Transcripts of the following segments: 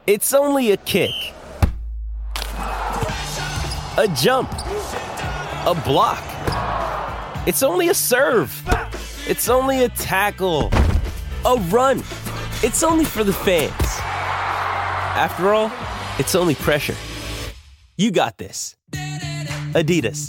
It's only a kick. A jump. A block. It's only a serve. It's only a tackle. A run. It's only for the fans. After all, it's only pressure. You got this. Adidas.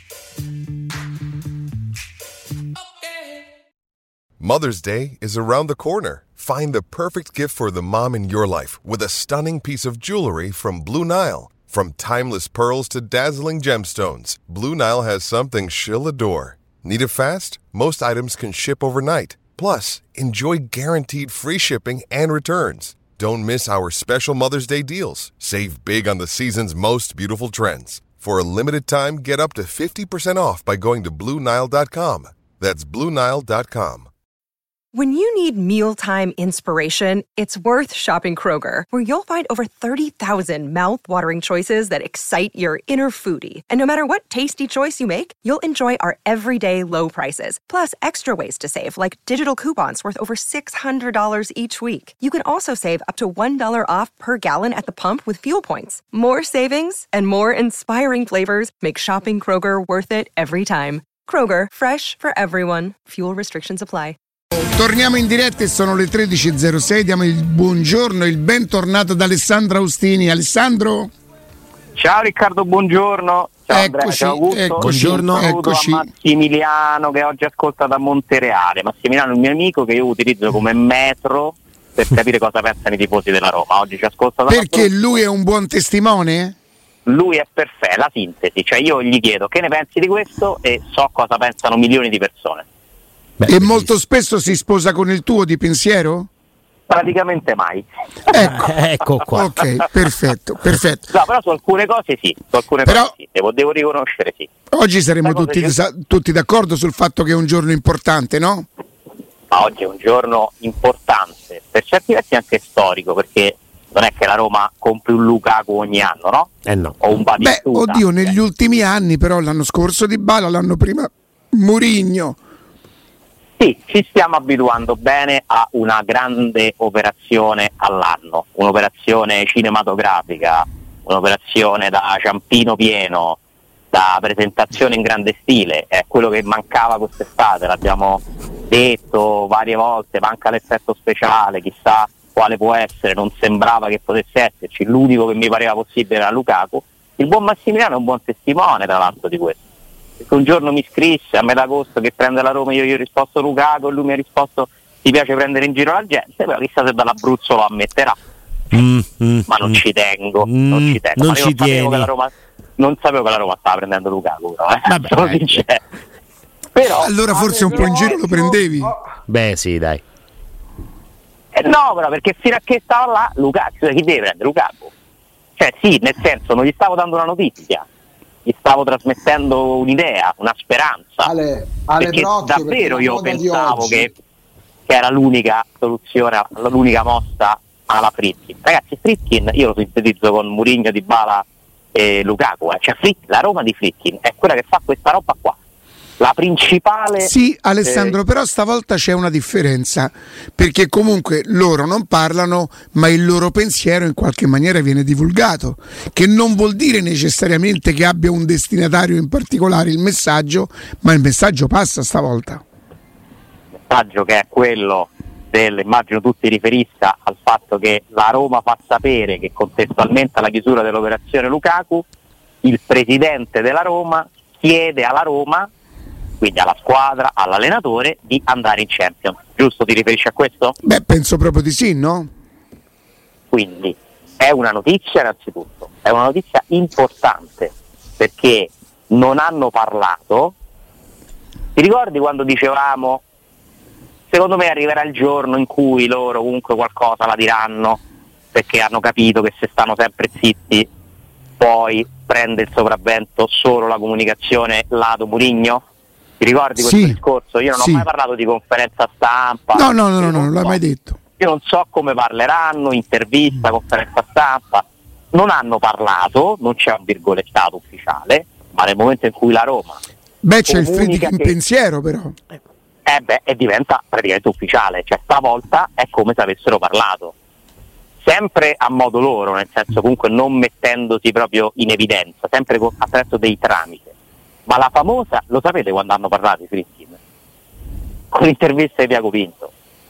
Mother's Day is around the corner. Find the perfect gift for the mom in your life with a stunning piece of jewelry from Blue Nile. From timeless pearls to dazzling gemstones, Blue Nile has something she'll adore. Need it fast? Most items can ship overnight. Plus, enjoy guaranteed free shipping and returns. Don't miss our special Mother's Day deals. Save big on the season's most beautiful trends. For a limited time, get up to 50% off by going to BlueNile.com. That's BlueNile.com. When you need mealtime inspiration, it's worth shopping Kroger, where you'll find over 30,000 mouth-watering choices that excite your inner foodie. And no matter what tasty choice you make, you'll enjoy our everyday low prices, plus extra ways to save, like digital coupons worth over $600 each week. You can also save up to $1 off per gallon at the pump with fuel points. More savings and more inspiring flavors make shopping Kroger worth it every time. Kroger, fresh for everyone. Fuel restrictions apply. Torniamo in diretta e sono le 13.06, diamo il buongiorno e il bentornato ad Alessandro Austini. Alessandro? Ciao Riccardo, buongiorno. Ciao Eccoci, Andrea, ciao Augusto. buongiorno. Eccoci. A Massimiliano che oggi ascolta da Montereale. Massimiliano è un mio amico che io utilizzo come metro per capire cosa pensano i tifosi della Roma. Oggi ci ascolta da Perché lui è un buon testimone? Lui è perfetto, la sintesi, cioè io gli chiedo che ne pensi di questo e so cosa pensano milioni di persone. Beh, e molto spesso si sposa con il tuo di pensiero? Praticamente mai. Ecco qua. Ok, perfetto. No, però su alcune cose sì, cose sì. Devo riconoscere sì. Oggi saremo tutti d'accordo sul fatto che è un giorno importante, no? Ma oggi è un giorno importante, per certi versi anche storico, perché non è che la Roma compri un Lukaku ogni anno, no? No. O un Batistuta. Oddio, negli ultimi anni, però l'anno scorso Dybala, l'anno prima Mourinho. Sì, ci stiamo abituando bene a una grande operazione all'anno, un'operazione cinematografica, un'operazione da ciampino pieno, da presentazione in grande stile. È quello che mancava quest'estate, l'abbiamo detto varie volte, manca l'effetto speciale, chissà quale può essere, non sembrava che potesse esserci, l'unico che mi pareva possibile era Lukaku. Il buon Massimiliano è un buon testimone tra l'altro di questo. Perché un giorno mi scrisse a metà agosto che prende la Roma, io gli ho risposto Lukaku e lui mi ha risposto ti piace prendere in giro la gente, però chissà se dall'Abruzzo lo ammetterà. Ma non ci tengo. Non ci tieni. Non sapevo che la Roma stava prendendo Lukaku, però, però allora forse un po' in giro lo prendevi? Beh sì, dai. No, però perché fino a che stava là Lukaku, chi deve prendere Lukaku? Cioè sì, nel senso non gli stavo dando una notizia, gli stavo trasmettendo un'idea, una speranza, perché davvero io pensavo che era l'unica soluzione, l'unica mossa alla Friedkin. Ragazzi, Friedkin io lo sintetizzo con Mourinho, Dybala e Lukaku, cioè la Roma di Friedkin è quella che fa questa roba qua, la principale. Sì, Alessandro, però stavolta c'è una differenza, perché comunque loro non parlano, ma il loro pensiero in qualche maniera viene divulgato, che non vuol dire necessariamente che abbia un destinatario in particolare il messaggio, ma il messaggio passa stavolta. Il messaggio che è quello immagino tu ti riferisca al fatto che la Roma fa sapere che contestualmente alla chiusura dell'operazione Lukaku il presidente della Roma chiede alla Roma, quindi alla squadra, all'allenatore, di andare in Champions. Giusto, ti riferisci a questo? Beh, penso proprio di sì, no? Quindi è una notizia innanzitutto, è una notizia importante, perché non hanno parlato. Ti ricordi quando dicevamo secondo me arriverà il giorno in cui loro comunque qualcosa la diranno, perché hanno capito che se stanno sempre zitti poi prende il sopravvento solo la comunicazione lato Mourinho? Ti ricordi questo discorso? Io non ho mai parlato di conferenza stampa. No, non l'hai mai detto. Io non so come parleranno, intervista, conferenza stampa. Non hanno parlato, non c'è un virgolettato ufficiale, ma nel momento in cui la Roma c'è il Friedkin pensiero però. E diventa praticamente ufficiale, cioè stavolta è come se avessero parlato. sempre a modo loro, nel senso comunque non mettendosi proprio in evidenza, sempre attraverso dei tramite. Ma la famosa, lo sapete quando hanno parlato i Fritkin? Con l'intervista di Tiago Pinto.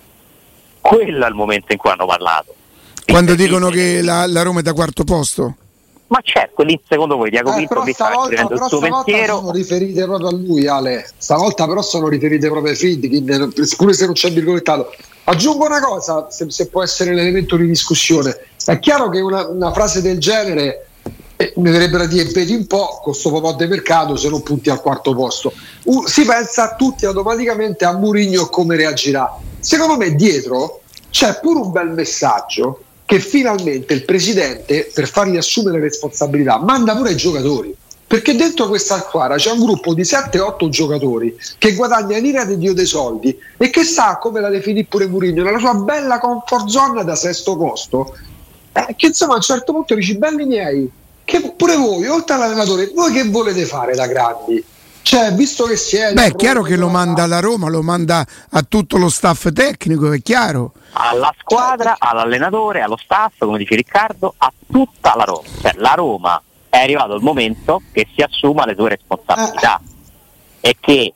Quello è il momento in cui hanno parlato. Quando dicono che la Roma è da quarto posto? Ma certo, lì secondo voi Tiago Pinto però stavolta sono riferite proprio a lui, Ale. Stavolta però sono riferite proprio ai Friedkin, pure se non c'è virgolettato. Aggiungo una cosa, se può essere l'elemento di discussione. È chiaro che una frase del genere mi verrebbe da dire vedi un po' con sto po' di mercato se non punti al quarto posto. Si pensa tutti automaticamente a Mourinho come reagirà. Secondo me dietro c'è pure un bel messaggio che finalmente il presidente, per fargli assumere responsabilità, manda pure ai giocatori, perché dentro questa squadra c'è un gruppo di 7-8 giocatori che guadagna l'ira di Dio dei soldi e che sa, come la definì pure Mourinho, nella sua bella comfort zone da sesto posto, che insomma a un certo punto dici belli miei, che pure voi, oltre all'allenatore, voi che volete fare da grandi? Cioè, visto che si è... Beh, è chiaro che lo manda alla Roma, lo manda a tutto lo staff tecnico, è chiaro. Alla squadra, all'allenatore, allo staff, come dice Riccardo, a tutta la Roma. Cioè, la Roma è arrivato il momento che si assuma le sue responsabilità e che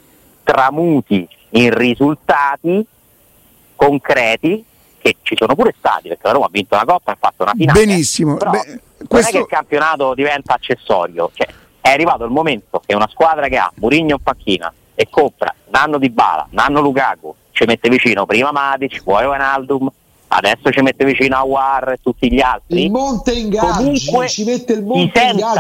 tramuti in risultati concreti, che ci sono pure stati, perché la Roma ha vinto una Coppa e ha fatto una finale. Benissimo. Però non è che il campionato diventa accessorio, cioè è arrivato il momento che una squadra che ha Mourinho in panchina e compra Nanno Dybala, Nanno Lukaku, ci mette vicino prima Matic, poi Wijnaldum, adesso ci mette vicino Aouar e tutti gli altri, il monte ingaggi, comunque ci mette il monte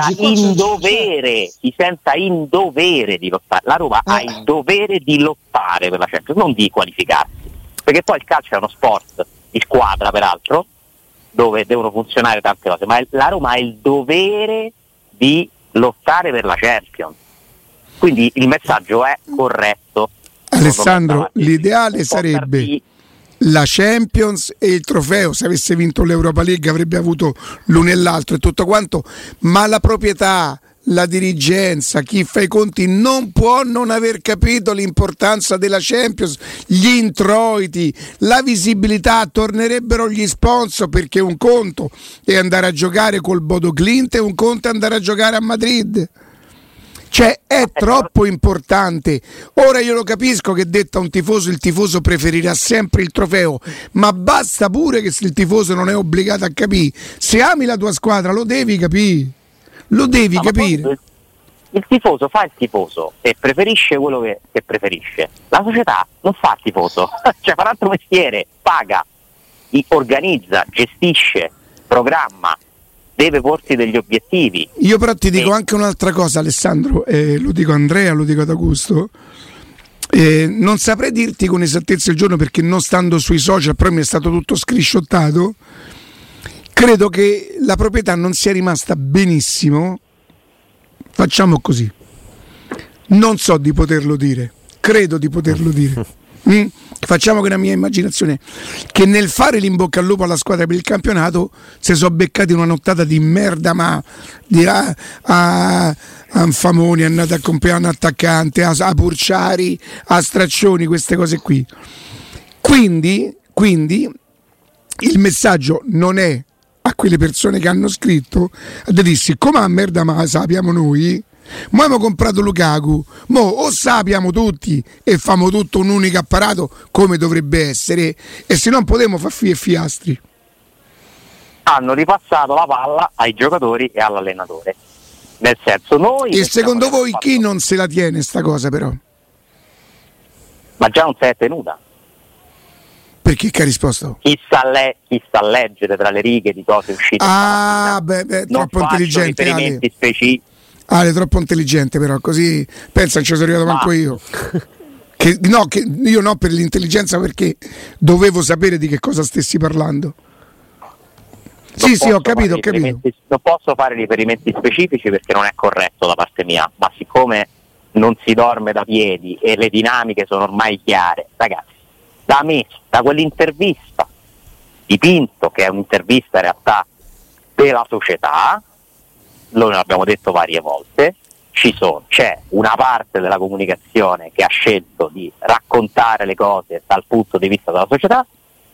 ingaggi, si senta in dovere di lottare. La Roma ha il dovere di lottare per la Champions, non di qualificarsi, perché poi il calcio è uno sport di squadra peraltro, dove devono funzionare tante cose, ma la Roma ha il dovere di lottare per la Champions, quindi il messaggio è corretto. Alessandro, l'ideale sarebbe la Champions e il trofeo. Se avesse vinto l'Europa League avrebbe avuto l'uno e l'altro e tutto quanto, ma la proprietà, la dirigenza, chi fa i conti non può non aver capito l'importanza della Champions, gli introiti, la visibilità. Tornerebbero gli sponsor, perché un conto è andare a giocare col Bodo Glimt e un conto è andare a giocare a Madrid. Cioè è troppo importante. Ora io lo capisco che detta un tifoso, il tifoso preferirà sempre il trofeo, ma basta pure che se il tifoso non è obbligato a capire. Se ami la tua squadra lo devi capire. Lo devi capire. Il tifoso fa il tifoso e preferisce quello che preferisce. La società non fa il tifoso, cioè fa un altro mestiere, paga, organizza, gestisce, programma, deve porsi degli obiettivi. Io però ti dico anche un'altra cosa, Alessandro, lo dico a Andrea, lo dico ad Augusto. Non saprei dirti con esattezza il giorno perché non stando sui social, però mi è stato tutto scrisciottato. Credo che la proprietà non sia rimasta benissimo. Facciamo così. Non so di poterlo dire. Credo di poterlo dire. Facciamo che la mia immaginazione, che nel fare l'in bocca al lupo alla squadra per il campionato si sono beccati una nottata di merda, ma di a Anfamoni, è andato a comprare un attaccante, a Purciari, a Straccioni, queste cose qui. Quindi il messaggio non è a quelle persone che hanno scritto a dire siccome a merda ma la sappiamo noi, mo abbiamo comprato Lukaku, mo o sappiamo tutti e famo tutto un unico apparato come dovrebbe essere, e se non potremo far fiastri. Hanno ripassato la palla ai giocatori e all'allenatore, nel senso noi. E secondo voi chi non se la tiene sta cosa però? Ma già non si è tenuta. Perché che ha risposto? Chi sa leggere tra le righe di cose uscite. Troppo intelligente. Riferimenti specifici. Troppo intelligente però, così pensa che ci sono arrivato manco io. che io no per l'intelligenza, perché dovevo sapere di che cosa stessi parlando. Sì, ho capito. Non posso fare riferimenti specifici perché non è corretto da parte mia, ma siccome non si dorme da piedi e le dinamiche sono ormai chiare, ragazzi, da me, da quell'intervista di Pinto, che è un'intervista in realtà della società, lo abbiamo detto varie volte, c'è una parte della comunicazione che ha scelto di raccontare le cose dal punto di vista della società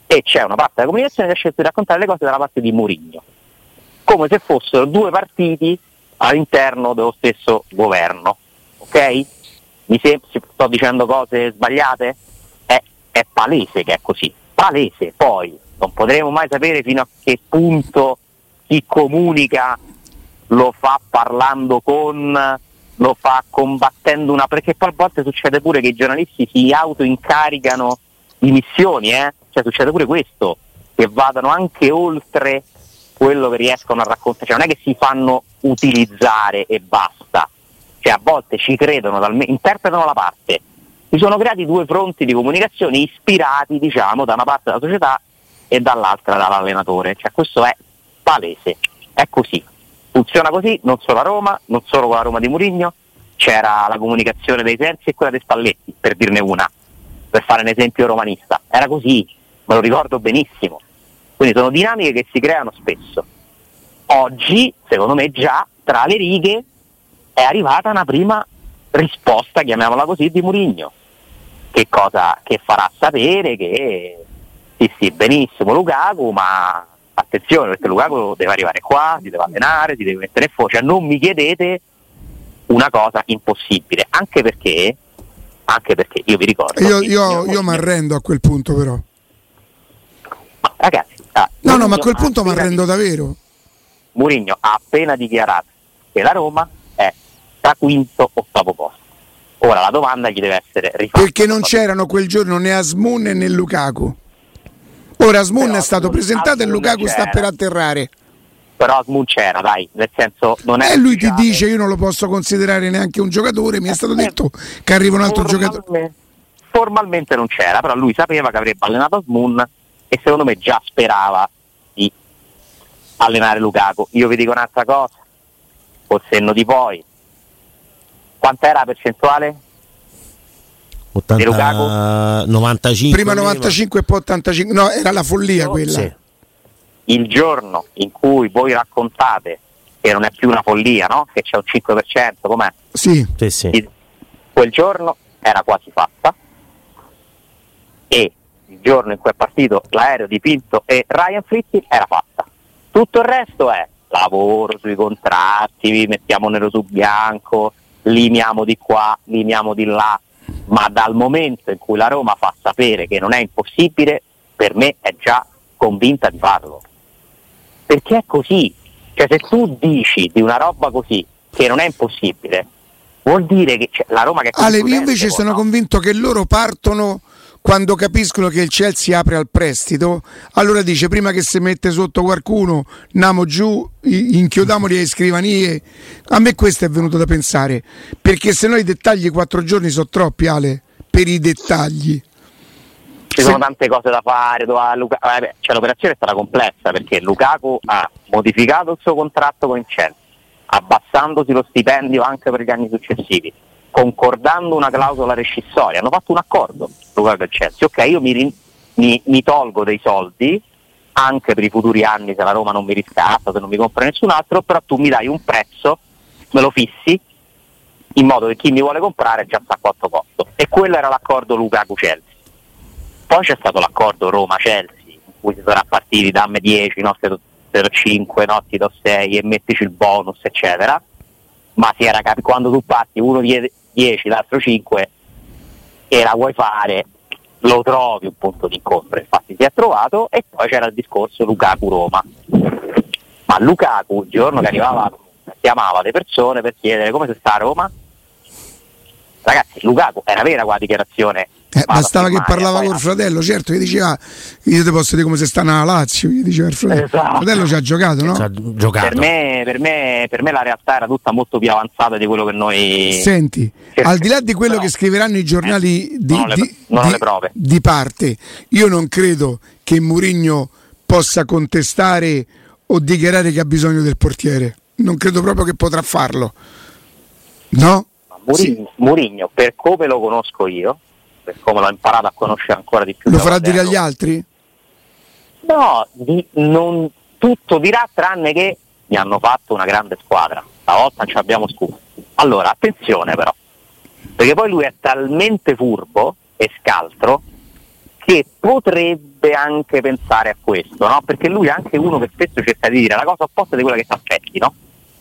e c'è una parte della comunicazione che ha scelto di raccontare le cose dalla parte di Mourinho, come se fossero due partiti all'interno dello stesso governo, ok? Sto dicendo cose sbagliate? È palese che è così, palese. Poi non potremo mai sapere fino a che punto chi comunica lo fa parlando lo fa combattendo perché poi a volte succede pure che i giornalisti si autoincaricano di missioni, cioè succede pure questo, che vadano anche oltre quello che riescono a raccontare, cioè non è che si fanno utilizzare e basta, cioè a volte ci credono, interpretano la parte. Si sono creati due fronti di comunicazione ispirati, diciamo, da una parte della società e dall'altra dall'allenatore, cioè questo è palese, è così. Funziona così, non solo a Roma, non solo con la Roma di Mourinho, c'era la comunicazione dei Sensi e quella dei Spalletti, per dirne una, per fare un esempio romanista. Era così, me lo ricordo benissimo. Quindi sono dinamiche che si creano spesso. Oggi, secondo me, già tra le righe è arrivata una prima risposta, chiamiamola così, di Mourinho. Che farà sapere che sì, benissimo Lukaku, ma attenzione, perché Lukaku deve arrivare qua, si deve allenare, si deve mettere fuori, cioè non mi chiedete una cosa impossibile, anche perché io vi ricordo io mi arrendo a quel punto, però ma ragazzi no, ma a quel punto mi arrendo davvero. Mourinho ha appena dichiarato che la Roma è tra quinto ottavo posto. Ora la domanda gli deve essere rifatta, perché non c'erano quel giorno né Asmun né Lukaku. Ora Asmun è stato presentato e Lukaku sta per atterrare. Però Asmun c'era, dai, nel senso non è. E lui ti dice io non lo posso considerare neanche un giocatore, mi è stato detto che arriva un altro giocatore. Formalmente non c'era, però lui sapeva che avrebbe allenato Asmun e secondo me già sperava di allenare Lukaku. Io vi dico un'altra cosa, col senno di poi. Quant'era la percentuale? 95. Prima 95 e poi 85. No, era la follia quella. Sì. Il giorno in cui voi raccontate che non è più una follia, no? Che c'è un 5%, com'è? Sì. Quel giorno era quasi fatta e il giorno in cui è partito l'aereo di Pinto e Ryan Fritti era fatta. Tutto il resto è lavoro sui contratti, vi mettiamo nero su bianco, limiamo di qua, limiamo di là, ma dal momento in cui la Roma fa sapere che non è impossibile, per me è già convinta di farlo, perché è così. Cioè se tu dici di una roba così che non è impossibile, vuol dire che la Roma che io invece sono convinto che loro partono quando capiscono che il Chelsea apre al prestito, allora dice prima che si mette sotto qualcuno andiamo giù, inchiodiamoli alle scrivanie. A me questo è venuto da pensare, perché se no i dettagli 4 giorni sono troppi, Ale, per i dettagli. Ci sono tante cose da fare, cioè l'operazione è stata complessa perché Lukaku ha modificato il suo contratto con il Chelsea, abbassandosi lo stipendio anche per gli anni successivi, concordando una clausola rescissoria. Hanno fatto un accordo Lukaku e il Chelsea. Ok, io mi tolgo dei soldi anche per i futuri anni se la Roma non mi riscatta, se non mi compra nessun altro, però tu mi dai un prezzo, me lo fissi in modo che chi mi vuole comprare già sa quanto costo. E quello era l'accordo Lukaku-Chelsea. Poi c'è stato l'accordo Roma-Chelsea in cui si sarà partiti dammi 10, no, 5, no, ti do 6 e mettici il bonus eccetera, ma si era capito quando tu parti uno 10, l'altro 5 e la vuoi fare, lo trovi un punto di incontro. Infatti si è trovato. E poi c'era il discorso Lukaku-Roma, ma Lukaku il giorno che arrivava chiamava le persone per chiedere come si sta a Roma. Ragazzi, Lukaku è una vera qua dichiarazione. Bastava che parlava col fratello, certo, gli diceva io ti posso dire come se sta nella Lazio, gli diceva il fratello. Esatto. Il fratello ci ha giocato, no? Per me la realtà era tutta molto più avanzata di quello che noi. Senti, al di là di quello che scriveranno i giornali di parte, io non credo che Mourinho possa contestare o dichiarare che ha bisogno del portiere. Non credo proprio che potrà farlo. No? Mourinho, per come lo conosco io, per come l'ho imparato a conoscere ancora di più, lo farà dire agli altri? No, non tutto dirà tranne che mi hanno fatto una grande squadra, stavolta non ci abbiamo scusa. Allora attenzione però, perché poi lui è talmente furbo e scaltro che potrebbe potrebbe anche pensare a questo, no? Perché lui è anche uno che spesso cerca di dire la cosa opposta di quella che ti aspetti, no?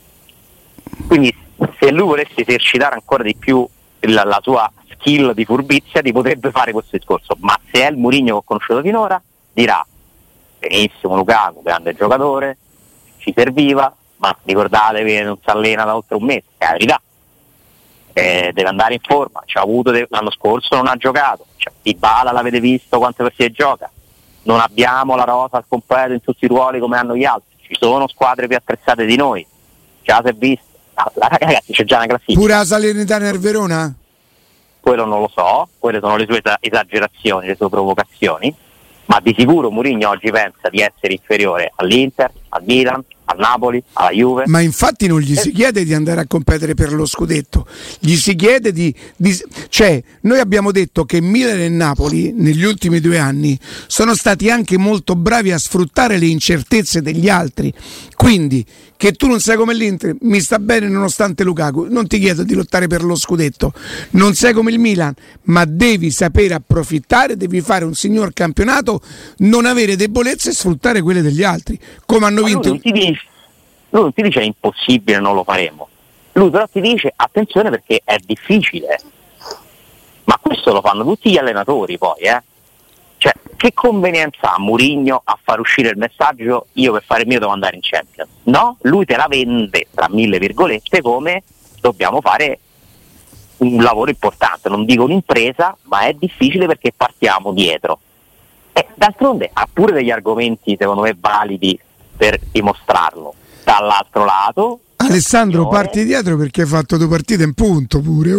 Quindi se lui volesse esercitare ancora di più la sua skill di furbizia, ti potrebbe fare questo discorso, ma se è il Mourinho che ho conosciuto finora dirà benissimo Lukaku, grande giocatore, ci serviva, ma ricordatevi che non si allena da oltre un mese, è la verità, deve andare in forma, ci ha avuto l'anno scorso, non ha giocato, cioè, Dybala l'avete visto quante partite gioca, non abbiamo la rosa al completo in tutti i ruoli come hanno gli altri, ci sono squadre più attrezzate di noi, già si è visto, ragazzi c'è già una classifica. Pure la Salernitana e il Verona? Quello non lo so, quelle sono le sue esagerazioni, le sue provocazioni, ma di sicuro Mourinho oggi pensa di essere inferiore all'Inter, al Milan, al Napoli, alla Juve. Ma infatti non gli si chiede di andare a competere per lo scudetto, gli si chiede cioè noi abbiamo detto che Milan e Napoli negli ultimi 2 anni sono stati anche molto bravi a sfruttare le incertezze degli altri, quindi che tu non sei come l'Inter, mi sta bene nonostante Lukaku, non ti chiedo di lottare per lo scudetto, non sei come il Milan, ma devi sapere approfittare, devi fare un signor campionato, non avere debolezze e sfruttare quelle degli altri, come hanno vinto. Lui non ti dice è impossibile, non lo faremo, lui però ti dice attenzione perché è difficile, ma questo lo fanno tutti gli allenatori poi, cioè che convenienza ha Mourinho a far uscire il messaggio io per fare il mio devo andare in Champions? No, lui te la vende tra 1000 virgolette come dobbiamo fare un lavoro importante, non dico un'impresa, ma è difficile perché partiamo dietro. D'altronde ha pure degli argomenti secondo me validi per dimostrarlo. Dall'altro lato Alessandro parti dietro perché hai fatto 2 partite in punto pure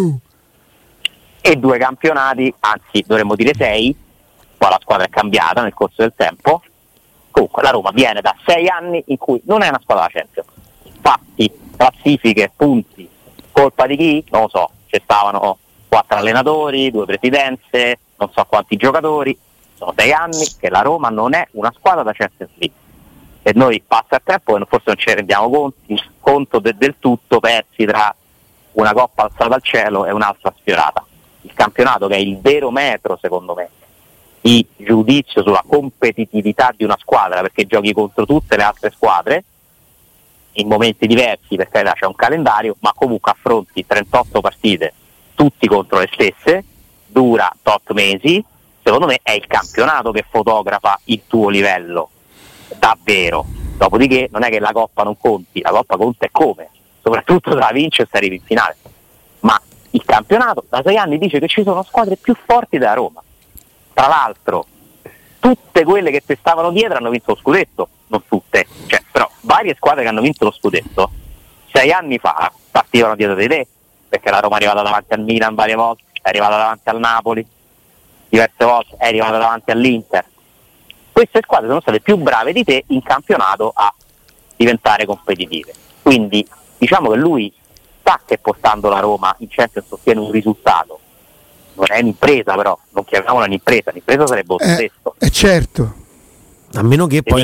e 2 campionati, anzi dovremmo dire 6, qua la squadra è cambiata nel corso del tempo. Comunque la Roma viene da 6 anni in cui non è una squadra da Champions, fatti, classifiche, punti, colpa di chi? Non lo so, ci stavano 4 allenatori, 2 presidenze, non so quanti giocatori, sono 6 anni che la Roma non è una squadra da Champions League e noi passa il tempo e forse non ci rendiamo conto del tutto persi tra una coppa alzata al cielo e un'altra sfiorata. Il campionato, che è il vero metro secondo me di giudizio sulla competitività di una squadra, perché giochi contro tutte le altre squadre in momenti diversi, perché c'è un calendario, ma comunque affronti 38 partite tutti contro le stesse, dura tot mesi, secondo me è il campionato che fotografa il tuo livello davvero. Dopodiché non è che la Coppa non conti, la Coppa conta e come, soprattutto se la vince e se arrivi in finale, ma il campionato da 6 anni dice che ci sono squadre più forti della Roma. Tra l'altro tutte quelle che ti stavano dietro hanno vinto lo scudetto, non tutte, cioè, però varie squadre che hanno vinto lo scudetto 6 anni fa partivano dietro di te, perché la Roma è arrivata davanti al Milan varie volte, è arrivata davanti al Napoli diverse volte, è arrivata davanti all'Inter. Queste squadre sono state più brave di te in campionato a diventare competitive, quindi diciamo che lui sa che portando la Roma in Champions ottiene un risultato. Non è un'impresa, però non chiamiamola un'impresa, l'impresa sarebbe lo stesso. Certo. A meno che se poi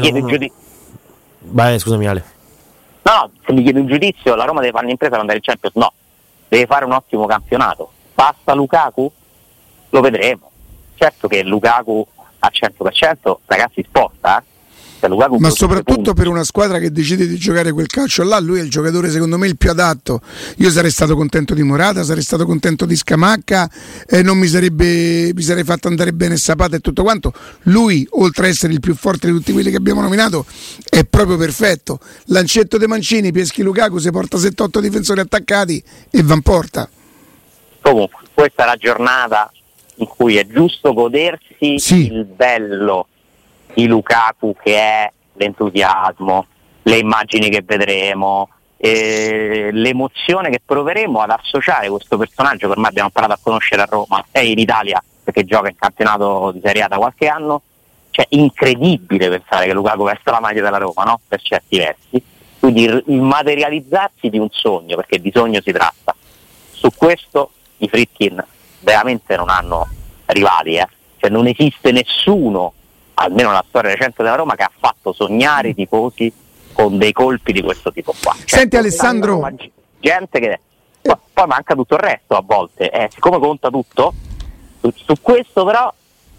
vai, scusami Ale. No, se mi chiede un giudizio, la Roma deve fare un'impresa per andare in Champions? No, deve fare un ottimo campionato. Basta Lukaku? Lo vedremo. Certo che Lukaku al 100%, ragazzi, sposta, ma soprattutto per una squadra che decide di giocare quel calcio là, lui è il giocatore secondo me il più adatto. Io sarei stato contento di Morata, sarei stato contento di Scamacca, non mi sarei fatto andare bene Zapata e tutto quanto. Lui, oltre a essere il più forte di tutti quelli che abbiamo nominato, è proprio perfetto. Lancetto De Mancini, peschi Lukaku, si porta 7-8 difensori attaccati e va in porta. Comunque questa è la giornata in cui è giusto godersi il bello di Lukaku, che è l'entusiasmo, le immagini che vedremo, l'emozione che proveremo ad associare questo personaggio che ormai abbiamo imparato a conoscere a Roma e in Italia perché gioca in campionato di Serie A da qualche anno. Cioè incredibile pensare che Lukaku vesta la maglia della Roma, no? Per certi versi, quindi il materializzarsi di un sogno, perché di sogno si tratta. Su questo i Friedkin veramente non hanno rivali, cioè non esiste nessuno, almeno nella storia recente della Roma, che ha fatto sognare i tifosi con dei colpi di questo tipo qua. Cioè, senti Alessandro, gente che poi manca tutto il resto a volte, siccome conta tutto su questo, però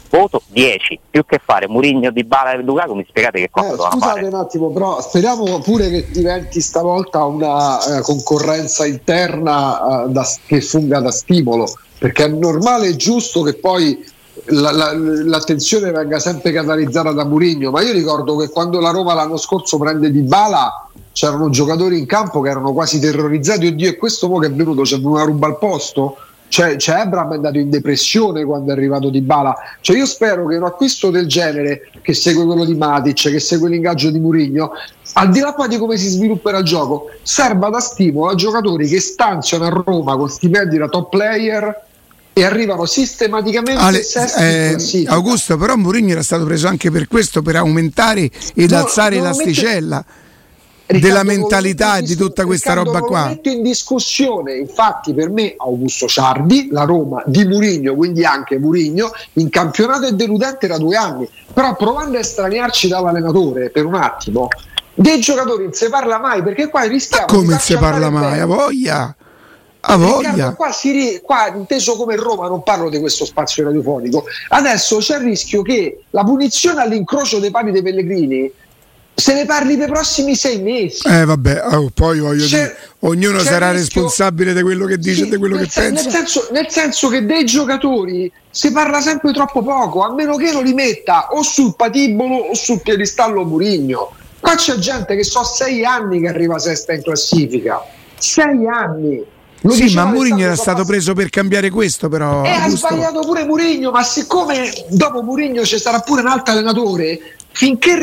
voto 10, più che fare Mourinho, Dybala e Lukaku. Mi spiegate che cosa devono fare? Scusate un attimo, però speriamo pure che diventi stavolta una concorrenza interna che funga da stimolo, perché è normale e giusto che poi l'attenzione venga sempre catalizzata da Mourinho, ma io ricordo che quando la Roma l'anno scorso prende Dybala c'erano giocatori in campo che erano quasi terrorizzati, oddio, e questo mo che è venuto, c'è una ruba al posto? Cioè Abraham è andato in depressione quando è arrivato Dybala. Cioè io spero che un acquisto del genere, che segue quello di Matic, che segue l'ingaggio di Mourinho, al di là poi di come si svilupperà il gioco, serva da stimolo a giocatori che stanziano a Roma con stipendi da top player e arrivano sistematicamente sesti. Augusto, però Mourinho era stato preso anche per questo, per aumentare ed alzare l'asticella della mentalità e di tutta questa roba qua. Non metto in discussione, infatti per me Augusto Ciardi, la Roma di Mourinho, quindi anche Mourinho in campionato è deludente da 2 anni, però provando a estraniarci dall'allenatore per un attimo, dei giocatori non si parla mai, perché qua rischiamo come non si parla mai, a voglia. Riccardo, qua inteso come Roma, non parlo di questo spazio radiofonico, adesso c'è il rischio che la punizione all'incrocio dei pali dei Pellegrini se ne parli per i prossimi 6 mesi. Poi voglio dire, ognuno sarà responsabile di quello che dice e di quello che pensa. Nel senso che dei giocatori si parla sempre troppo poco, a meno che non li metta o sul patibolo o sul piedistallo Mourinho. Qua c'è gente che 6 anni che arriva sesta in classifica. 6 anni. Ma Mourinho era stato preso per cambiare questo, però. Ha sbagliato pure Mourinho, ma siccome dopo Mourinho ci sarà pure un altro allenatore, finché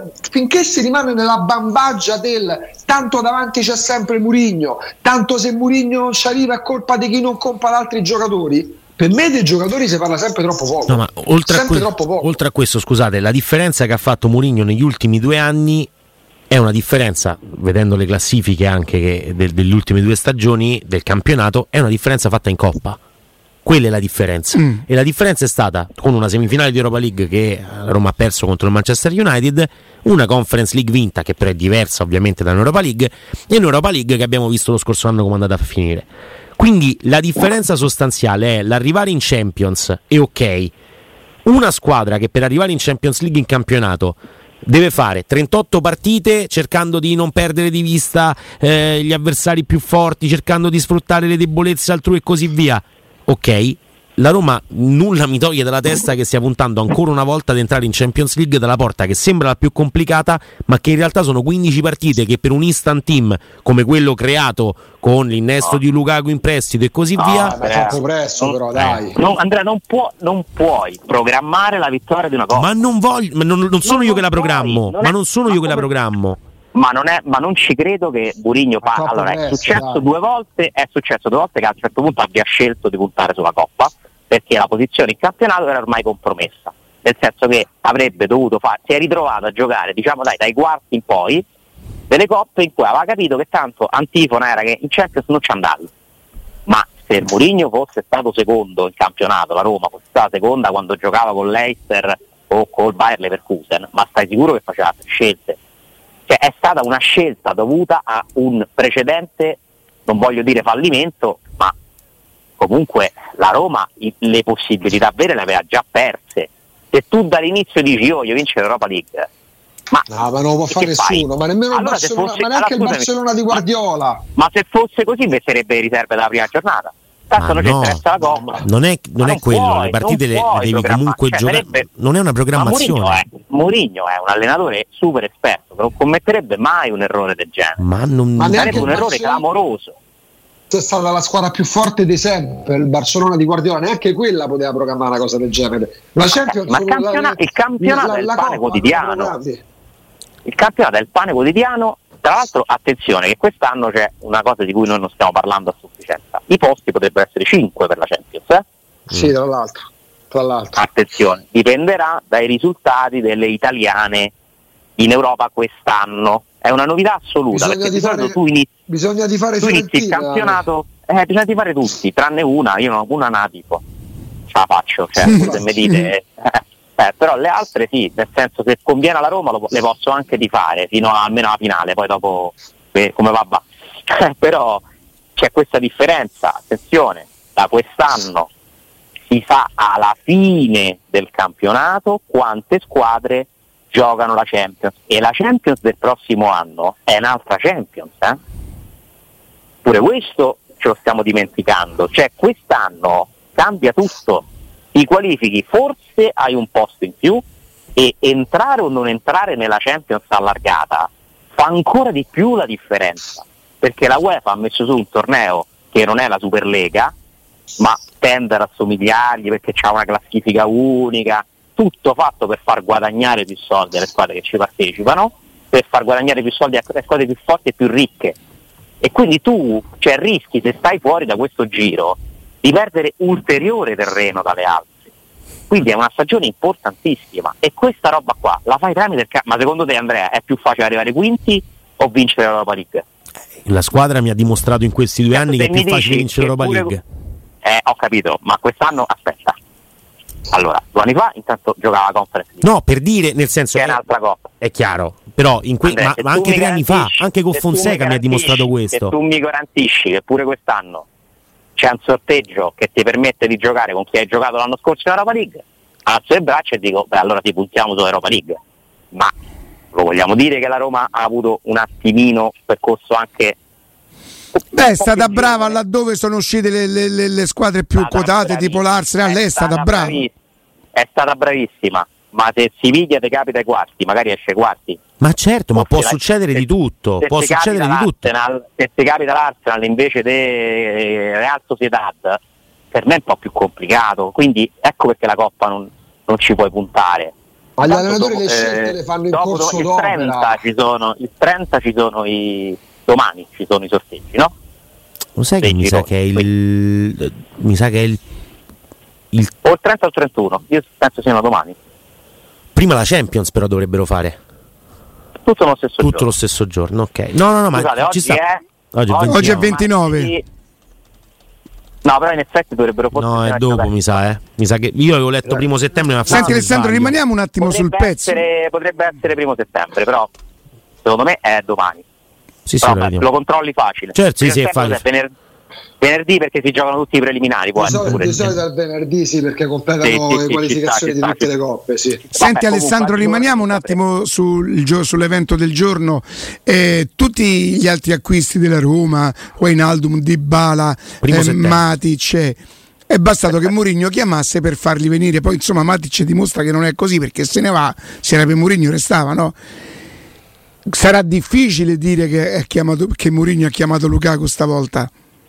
si rimane nella bambagia del tanto davanti c'è sempre Mourinho, tanto se Mourinho non ci arriva è colpa di chi non compra altri giocatori, per me dei giocatori si parla sempre troppo poco. No, ma oltre a questo, scusate, la differenza che ha fatto Mourinho negli ultimi 2 anni è una differenza, vedendo le classifiche anche delle ultime 2 stagioni del campionato, è una differenza fatta in Coppa. Quella è la differenza. E la differenza è stata con una semifinale di Europa League che Roma ha perso contro il Manchester United, una Conference League vinta che però è diversa ovviamente dall'Europa League, e un'Europa League che abbiamo visto lo scorso anno come è andata a finire. Quindi la differenza sostanziale è l'arrivare in Champions, e ok, una squadra che per arrivare in Champions League in campionato deve fare 38 partite cercando di non perdere di vista gli avversari più forti, cercando di sfruttare le debolezze altrui e così via. Ok, la Roma nulla mi toglie dalla testa che stia puntando ancora una volta ad entrare in Champions League dalla porta che sembra la più complicata, ma che in realtà sono 15 partite che per un instant team come quello creato con l'innesto di Lukaku in prestito e così via. È troppo presto, però dai. Andrea, non puoi programmare la vittoria di una cosa. Ma non voglio, non sono io che la programmo, ma non sono io che la programmo. Ma non ci credo che Mourinho allora è successo 2 volte che a un certo punto abbia scelto di puntare sulla Coppa, perché la posizione in campionato era ormai compromessa, nel senso che avrebbe dovuto si è ritrovato a giocare, diciamo dai quarti in poi, delle coppe in cui aveva capito che tanto antifona era che in Champions non ci andavi. Ma se Mourinho fosse stato secondo in campionato, la Roma fosse stata seconda quando giocava con l'Leicester o col Bayer Leverkusen, ma stai sicuro che faceva altre scelte? Cioè è stata una scelta dovuta a un precedente, non voglio dire fallimento, ma comunque la Roma le possibilità vere le aveva già perse. Se tu dall'inizio dici io voglio vincere l'Europa League, ma non lo può fare nessuno, ma nemmeno allora ma neanche il Barcellona di Guardiola. Ma se fosse così metterebbe le riserve dalla prima giornata. Tanto non ci interessa la Coppa. Non è quello, le partite le devi comunque giocare. Non è una programmazione. Mourinho è un allenatore super esperto, che non commetterebbe mai un errore del genere. Ma sarebbe un errore clamoroso. È stata la squadra più forte di sempre, il Barcellona di Guardiola, neanche quella poteva programmare una cosa del genere. La Champions, ma il campionato è il pane quotidiano. Il campionato è il pane quotidiano. Tra l'altro, attenzione che quest'anno c'è una cosa di cui noi non stiamo parlando a sufficienza. I posti potrebbero essere 5 per la Champions, Sì, tra l'altro. Attenzione, dipenderà dai risultati delle italiane in Europa quest'anno. È una novità assoluta. Bisogna di fare tu inizi il campionato, bisogna di fare tutti, tranne una. Io una natico ce la faccio, cioè, se mi dite. Però le altre sì, nel senso se conviene alla Roma le posso anche di fare fino almeno alla finale, poi dopo come va. Però c'è questa differenza, attenzione, da quest'anno si sa alla fine del campionato quante squadre giocano la Champions, e la Champions del prossimo anno è un'altra Champions, pure questo ce lo stiamo dimenticando, cioè quest'anno cambia tutto, ti qualifichi, forse hai un posto in più, e entrare o non entrare nella Champions allargata fa ancora di più la differenza, perché la UEFA ha messo su un torneo che non è la Superlega, ma tende ad assomigliargli perché c'ha una classifica unica, tutto fatto per far guadagnare più soldi alle squadre che ci partecipano, per far guadagnare più soldi alle squadre più forti e più ricche, e quindi tu rischi, se stai fuori da questo giro, di perdere ulteriore terreno dalle altre. Quindi è una stagione importantissima, e questa roba qua la fai tramite ma secondo te, Andrea, è più facile arrivare quinti o vincere l'Europa League? La squadra mi ha dimostrato in questi 2 anni che è più facile vincere l'Europa League. Ho capito, ma quest'anno aspetta. Allora, 2 anni fa intanto giocava la Conference League. No, per dire, nel senso che è un'altra coppa. È chiaro, però Andrea, ma anche 3 anni fa, anche con Fonseca mi ha dimostrato questo. Se tu mi garantisci che pure quest'anno c'è un sorteggio che ti permette di giocare con chi hai giocato l'anno scorso in Europa League, alzo le braccia e dico, allora ti puntiamo su Europa League. Ma lo vogliamo dire che la Roma ha avuto un attimino percorso anche... È stata brava laddove sono uscite le squadre più quotate, tipo l'Arsenal, lei è stata brava. È stata bravissima, ma se Siviglia ti capita ai quarti, magari esce ai quarti. Ma certo, ma può succedere di tutto, può succedere di tutto. Se ti capita l'Arsenal invece di Real Sociedad, per me è un po' più complicato, quindi ecco perché la Coppa non ci puoi puntare. Ma gli allenatori le scelte le fanno in corso d'opera. Il 30 ci sono domani ci sono i sorteggi, no? Lo sai che mi sa che è il o il 30 o il 31, io penso siano domani. Prima la Champions però dovrebbero fare tutto lo stesso giorno. Lo stesso giorno, ok. No, ma scusate, ci sta. Oggi è 29. No, però in effetti dovrebbero forse. No, è dopo, mi sa che io avevo letto 1 settembre, ma senti Alessandro, rimaniamo un attimo sul pezzo. Potrebbe essere 1 settembre, però secondo me è domani. Sì, lo controlli facile. Certo, sì, è facile. Venerdì perché si giocano tutti i preliminari. Di solito è il venerdì, sì, perché completano le qualificazioni di tutte le coppe. Sì. Senti Alessandro, rimaniamo un attimo sull'evento del giorno. Tutti gli altri acquisti della Roma, Wijnaldum, Dybala, Matic, è bastato che Mourinho chiamasse per farli venire. Poi insomma Matic dimostra che non è così, perché se ne va, se era per Mourinho restava, no? Sarà difficile dire che Mourinho ha chiamato Lukaku stavolta.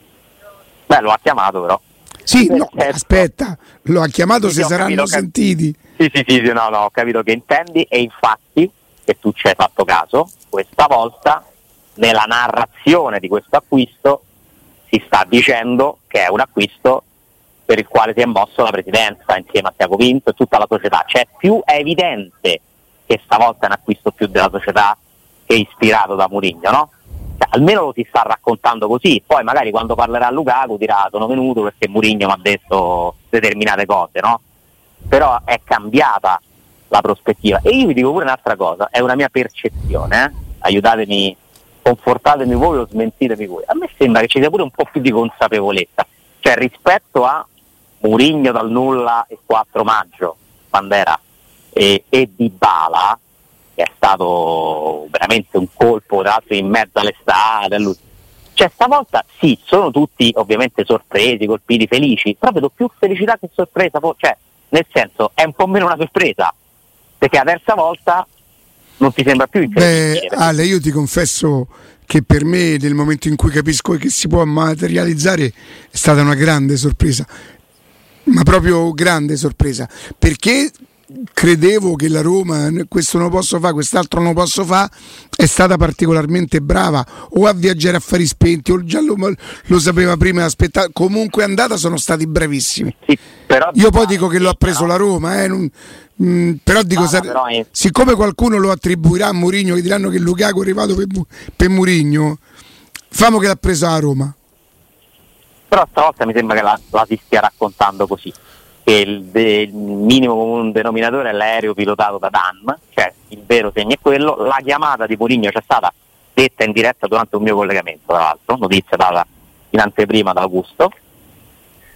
Beh, lo ha chiamato però. Sì, no, aspetta, lo ha chiamato se saranno sentiti. Sì, no, ho capito che intendi, e infatti, che tu ci hai fatto caso, questa volta nella narrazione di questo acquisto si sta dicendo che è un acquisto per il quale si è mosso la presidenza insieme a Tiago Pinto e tutta la società. Cioè è evidente che stavolta è un acquisto più della società che è ispirato da Mourinho, no? Almeno lo si sta raccontando così, poi magari quando parlerà Lukaku dirà sono venuto perché Mourinho mi ha detto determinate cose, no? Però è cambiata la prospettiva, e io vi dico pure un'altra cosa, è una mia percezione, aiutatemi, confortatemi voi o smentitemi voi, a me sembra che ci sia pure un po' più di consapevolezza, cioè rispetto a Mourinho dal nulla il 4 maggio quando era e Dybala, che è stato veramente un colpo, tra l'altro in mezzo all'estate. Cioè stavolta sì, sono tutti ovviamente sorpresi, colpiti, felici, però vedo più felicità che sorpresa, cioè nel senso è un po' meno una sorpresa, perché la terza volta non ti sembra più incredibile. Ale, io ti confesso che per me nel momento in cui capisco che si può materializzare è stata una grande sorpresa, ma proprio grande sorpresa, perché credevo che la Roma questo non posso fare, quest'altro non posso fare, è stata particolarmente brava o a viaggiare a fari spenti o già lo sapeva prima, comunque è andata, sono stati bravissimi. Sì, però io poi dico che lo ha preso la Roma, però dico siccome qualcuno lo attribuirà a Mourinho, che diranno che Lukaku è arrivato per Mourinho, famo che l'ha presa la Roma. Però stavolta mi sembra che la si stia raccontando così, che il minimo comune denominatore è l'aereo pilotato da Dan, cioè il vero segno è quello. La chiamata di Mourinho c'è stata detta in diretta durante un mio collegamento, tra l'altro, notizia data in anteprima da Augusto,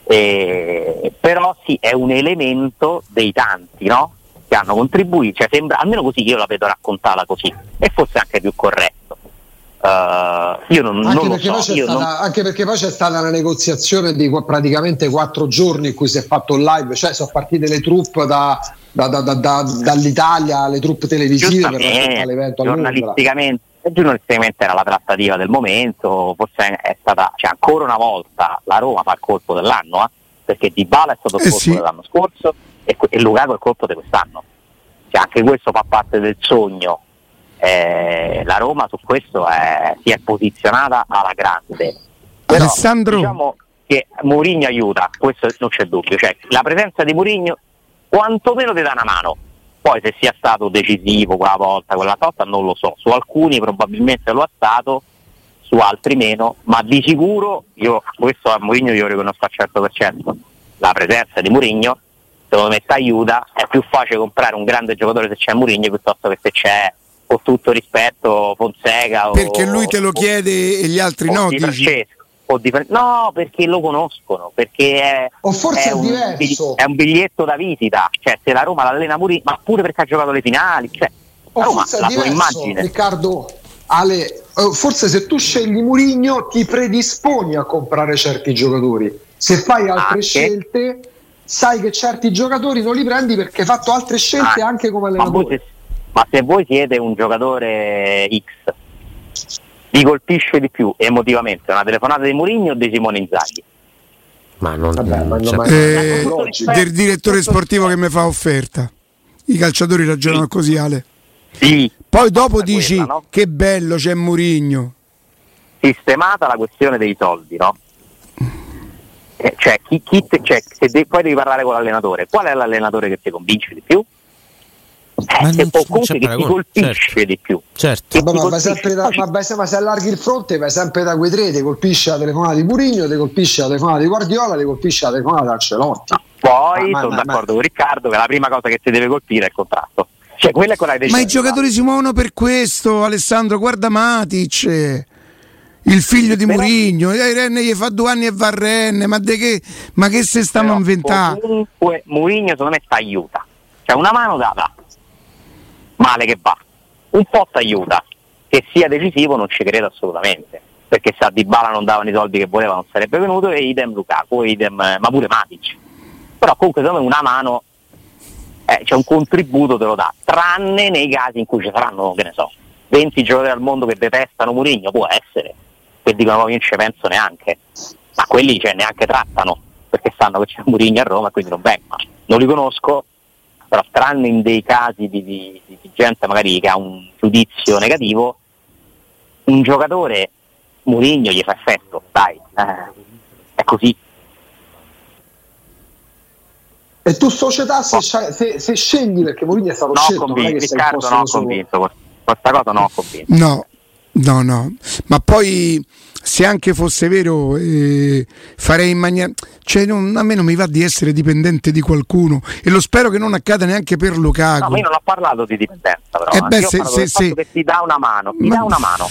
Però sì, è un elemento dei tanti, no? Che hanno contribuito, cioè sembra, almeno così io la vedo raccontata così, e forse anche più corretto. Io non lo so. Anche perché poi c'è stata una negoziazione di praticamente 4 giorni in cui si è fatto un live, cioè sono partite le troupe dall'Italia, le troupe televisive per raccontare l'evento. Giornalisticamente era la trattativa del momento, forse è stata, cioè ancora una volta la Roma fa il colpo dell'anno, perché Dybala è stato il colpo dell'anno scorso e Lukaku è il colpo di quest'anno, cioè anche questo fa parte del sogno. La Roma su questo si è posizionata alla grande. Però, Alessandro, diciamo che Mourinho aiuta, questo non c'è dubbio, cioè la presenza di Mourinho quantomeno ti dà una mano. Poi se sia stato decisivo quella volta non lo so, su alcuni probabilmente lo è stato, su altri meno, ma di sicuro io questo a Mourinho io riconosco al 100%. La presenza di Mourinho secondo me ti aiuta, è più facile comprare un grande giocatore se c'è Mourinho piuttosto che se c'è, con tutto rispetto, Fonseca perché lui te lo chiede e gli altri no, Di Francesco, no, perché lo conoscono, perché è diverso. È un biglietto da visita, cioè se la Roma l'allena Mourinho, ma pure perché ha giocato le finali, cioè la Roma, forse la è diverso, sua immagine. Riccardo, Ale, forse se tu scegli Mourinho ti predisponi a comprare certi giocatori, se fai altre scelte sai che certi giocatori non li prendi perché hai fatto altre scelte anche come allenatore. Ma se voi siete un giocatore X, vi colpisce di più emotivamente una telefonata di Mourinho o di Simone Inzaghi? Del direttore sportivo che mi fa offerta. I calciatori ragionano così, Ale. Sì. Poi dopo dici no? Che bello c'è Mourinho. Sistemata la questione dei soldi, no? Cioè, poi devi parlare con l'allenatore. Qual è l'allenatore che ti convince di più? Comunque che ti colpisce di più. Certo. Ma se allarghi il fronte vai sempre da quei tre, ti colpisce la telefonata di Mourinho, ti colpisce la telefonata di Guardiola, ti colpisce la telefonata di Ancelotti. Poi sono d'accordo con Riccardo che la prima cosa che ti deve colpire è il contratto. Cioè, quella è quella che ma i giocatori si muovono per questo, Alessandro, guarda Matic, il figlio di Mourinho, Rennes gli fa 2 anni e va a Rennes, ma che se stanno a inventare? Comunque Mourinho secondo me ti aiuta, cioè una mano data male che va, un po' ti aiuta, che sia decisivo non ci credo assolutamente, perché se a Dybala non davano i soldi che voleva non sarebbe venuto, e idem Lukaku, ma pure Matic. Però comunque secondo me una mano, c'è un contributo te lo dà, tranne nei casi in cui ci saranno, che ne so, 20 giocatori al mondo che detestano Mourinho, può essere, che dicono io non ci penso neanche, ma quelli neanche trattano, perché sanno che c'è Mourinho a Roma e quindi non vengono. Non li conosco, però tranne in dei casi di gente magari che ha un giudizio negativo, un giocatore Mourinho gli fa effetto, dai, è così. E tu società se scegli, perché Mourinho è stato scelto, Riccardo non ho convinto, questa cosa non ho convinto. No, ma poi se anche fosse vero farei in maniera, cioè a me non mi va di essere dipendente di qualcuno, e lo spero che non accada neanche per Lukaku. No, ma io non ho parlato di dipendenza, però io ho parlato del fatto che ti dà una mano, dà una mano.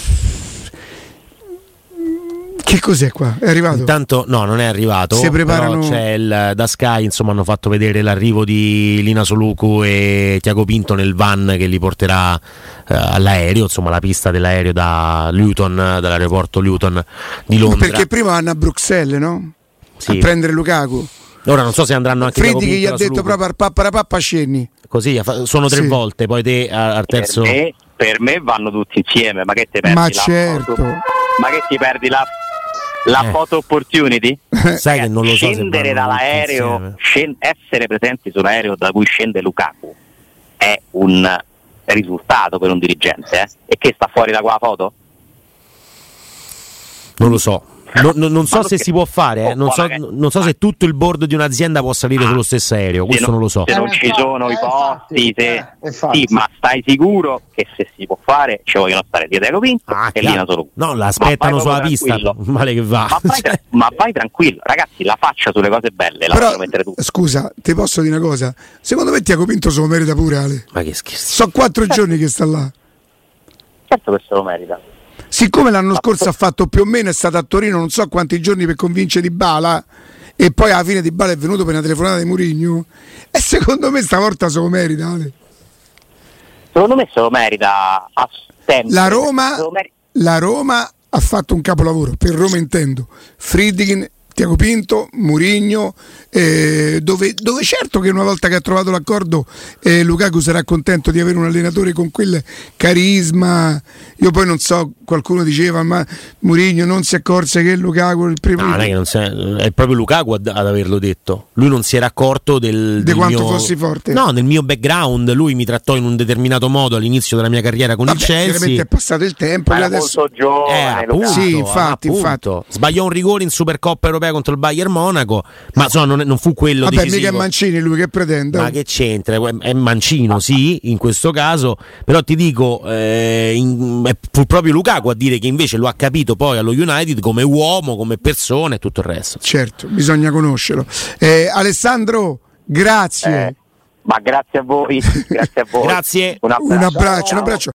Che cos'è qua? È arrivato? Intanto no, non è arrivato. Si preparano... Però c'è da Sky, insomma, hanno fatto vedere l'arrivo di Lina Soluku e Tiago Pinto nel van che li porterà all'aereo, insomma, la pista dell'aereo da Luton, dall'aeroporto Luton di Londra. Perché prima vanno a Bruxelles, no? Sì. A prendere Lukaku. Ora non so se andranno anche Freddi che gli ha detto proprio al papà scenni. Così sono 3 volte, poi te al terzo. Per me vanno tutti insieme, ma che ti perdi? Ma certo. Ma che ti perdi la photo opportunity? Sai che non lo so. Scendere dall'aereo, essere presenti sull'aereo da cui scende Lukaku è un risultato per un dirigente, e che sta fuori da quella foto? Non lo so. Non so se si può fare, non so se tutto il board di un'azienda può salire sullo stesso aereo, questo non lo so. Se non ci sono i posti, sì, ma stai sicuro che se si può fare ci vogliono stare dietro Pinto e Lina Soluku? No, l'aspettano sulla pista, male che va. Ma vai tranquillo, ragazzi, la faccia sulle cose belle, la faccio mettere tu. Scusa, ti posso dire una cosa? Secondo me Tiago Pinto se lo merita pure, Ale. Ma che scherzo. Sono 4 giorni che sta là. Certo che se lo merita. Siccome l'anno scorso ha fatto più o meno, è stato a Torino non so quanti giorni per convincere Dybala, e poi alla fine Dybala è venuto per una telefonata di Mourinho, e secondo me stavolta se lo merita, Ale. Secondo me se lo merita a sempre. La Roma ha fatto un capolavoro, per Roma intendo, Friedkin, Tiago Pinto, Mourinho, dove certo che una volta che ha trovato l'accordo Lukaku sarà contento di avere un allenatore con quel carisma. Io poi non so, qualcuno diceva ma Mourinho non si accorse che Lukaku il primo. No, non è proprio Lukaku ad averlo detto. Lui non si era accorto di quanto fossi forte. No, nel mio background lui mi trattò in un determinato modo all'inizio della mia carriera con il Chelsea. Chiaramente è passato il tempo, era adesso molto giovane, appunto, sì, infatti. Sbagliò un rigore in Supercoppa europea contro il Bayern Monaco, ma insomma non fu quello decisivo. Mica è Mancini lui che pretende. Ma che c'entra? È Mancino, sì, in questo caso, però ti dico fu proprio Lukaku a dire che invece lo ha capito poi allo United come uomo, come persona e tutto il resto. Certo, bisogna conoscerlo. Alessandro, grazie. Ma grazie a voi. Grazie. Un abbraccio. Un abbraccio.